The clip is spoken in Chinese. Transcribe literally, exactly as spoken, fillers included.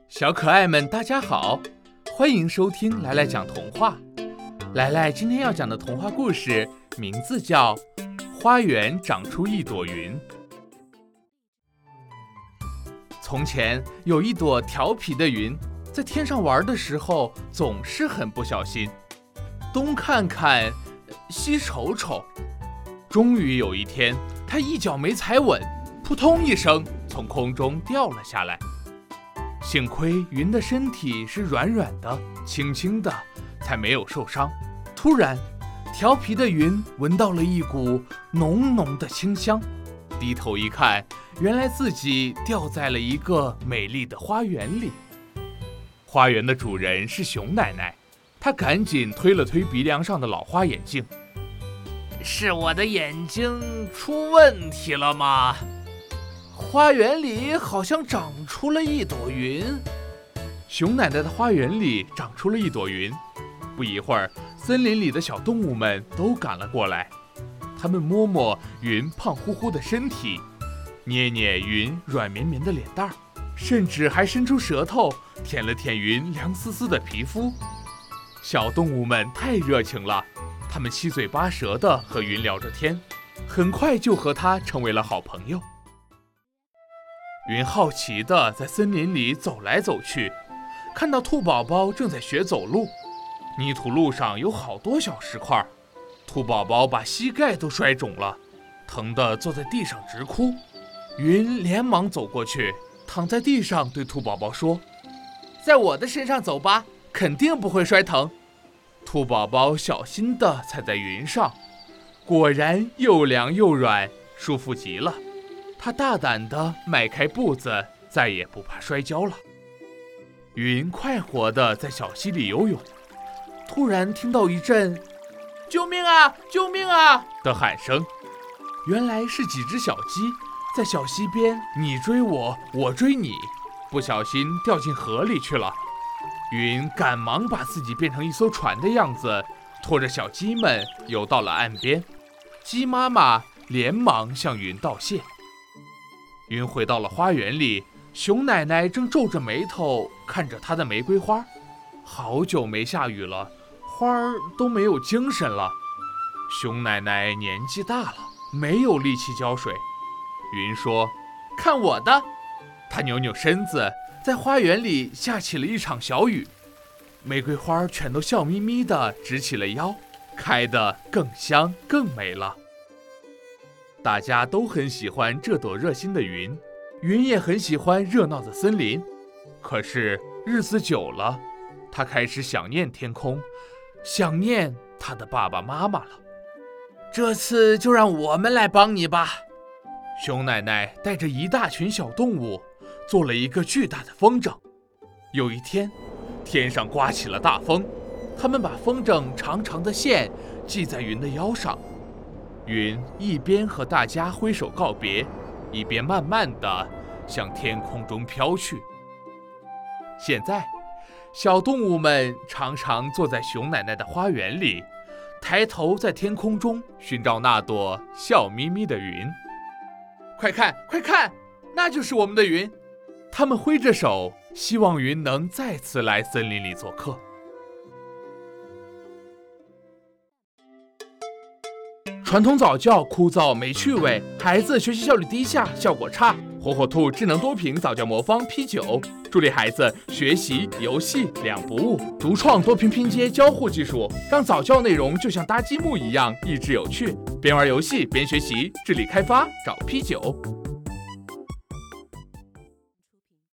小可爱们，大家好，欢迎收听来来讲童话。来来今天要讲的童话故事名字叫《花园长出一朵云》。从前有一朵调皮的云，在天上玩的时候总是很不小心，东看看，西瞅瞅。终于有一天，它一脚没踩稳，扑通一声从空中掉了下来。幸亏云的身体是软软的、轻轻的，才没有受伤。突然，调皮的云闻到了一股浓浓的清香，低头一看，原来自己掉在了一个美丽的花园里。花园的主人是熊奶奶，她赶紧推了推鼻梁上的老花眼镜。 是我的眼睛出问题了吗？ 花园里好像长出了一朵云。熊奶奶的花园里长出了一朵云。不一会儿，森林里的小动物们都赶了过来。它们摸摸云胖乎乎的身体，捏捏云软绵绵的脸蛋儿，甚至还伸出舌头舔了舔云凉丝丝的皮肤。小动物们太热情了，它们七嘴八舌地和云聊着天，很快就和它成为了好朋友。云好奇地在森林里走来走去，看到兔宝宝正在学走路，泥土路上有好多小石块，兔宝宝把膝盖都摔肿了，疼得坐在地上直哭。云连忙走过去，躺在地上对兔宝宝说：“在我的身上走吧，肯定不会摔疼。”兔宝宝小心地踩在云上，果然又凉又软，舒服极了。他大胆地迈开步子，再也不怕摔跤了。云快活地在小溪里游泳，突然听到一阵“救命啊，救命啊”的喊声。原来是几只小鸡在小溪边你追我，我追你，不小心掉进河里去了。云赶忙把自己变成一艘船的样子，拖着小鸡们游到了岸边。鸡妈妈连忙向云道谢。云回到了花园里，熊奶奶正皱着眉头看着她的玫瑰花。好久没下雨了，花儿都没有精神了。熊奶奶年纪大了，没有力气浇水。云说：“看我的！”她扭扭身子，在花园里下起了一场小雨。玫瑰花全都笑眯眯地直起了腰，开得更香更美了。大家都很喜欢这朵热心的云，云也很喜欢热闹的森林。可是日子久了，它开始想念天空，想念它的爸爸妈妈了。这次就让我们来帮你吧。熊奶奶带着一大群小动物做了一个巨大的风筝。有一天，天上刮起了大风，他们把风筝长长的线系在云的腰上。云一边和大家挥手告别，一边慢慢地向天空中飘去。现在，小动物们常常坐在熊奶奶的花园里，抬头在天空中寻找那朵笑眯眯的云。快看，快看，那就是我们的云！他们挥着手，希望云能再次来森林里做客。传统早教枯燥没趣味，孩子学习效率低下，效果差。火火兔智能多屏早教魔方 P 九， 助力孩子学习游戏两不误。独创多屏拼接交互技术，让早教内容就像搭积木一样益智有趣。边玩游戏边学习，智力开发找 P 九。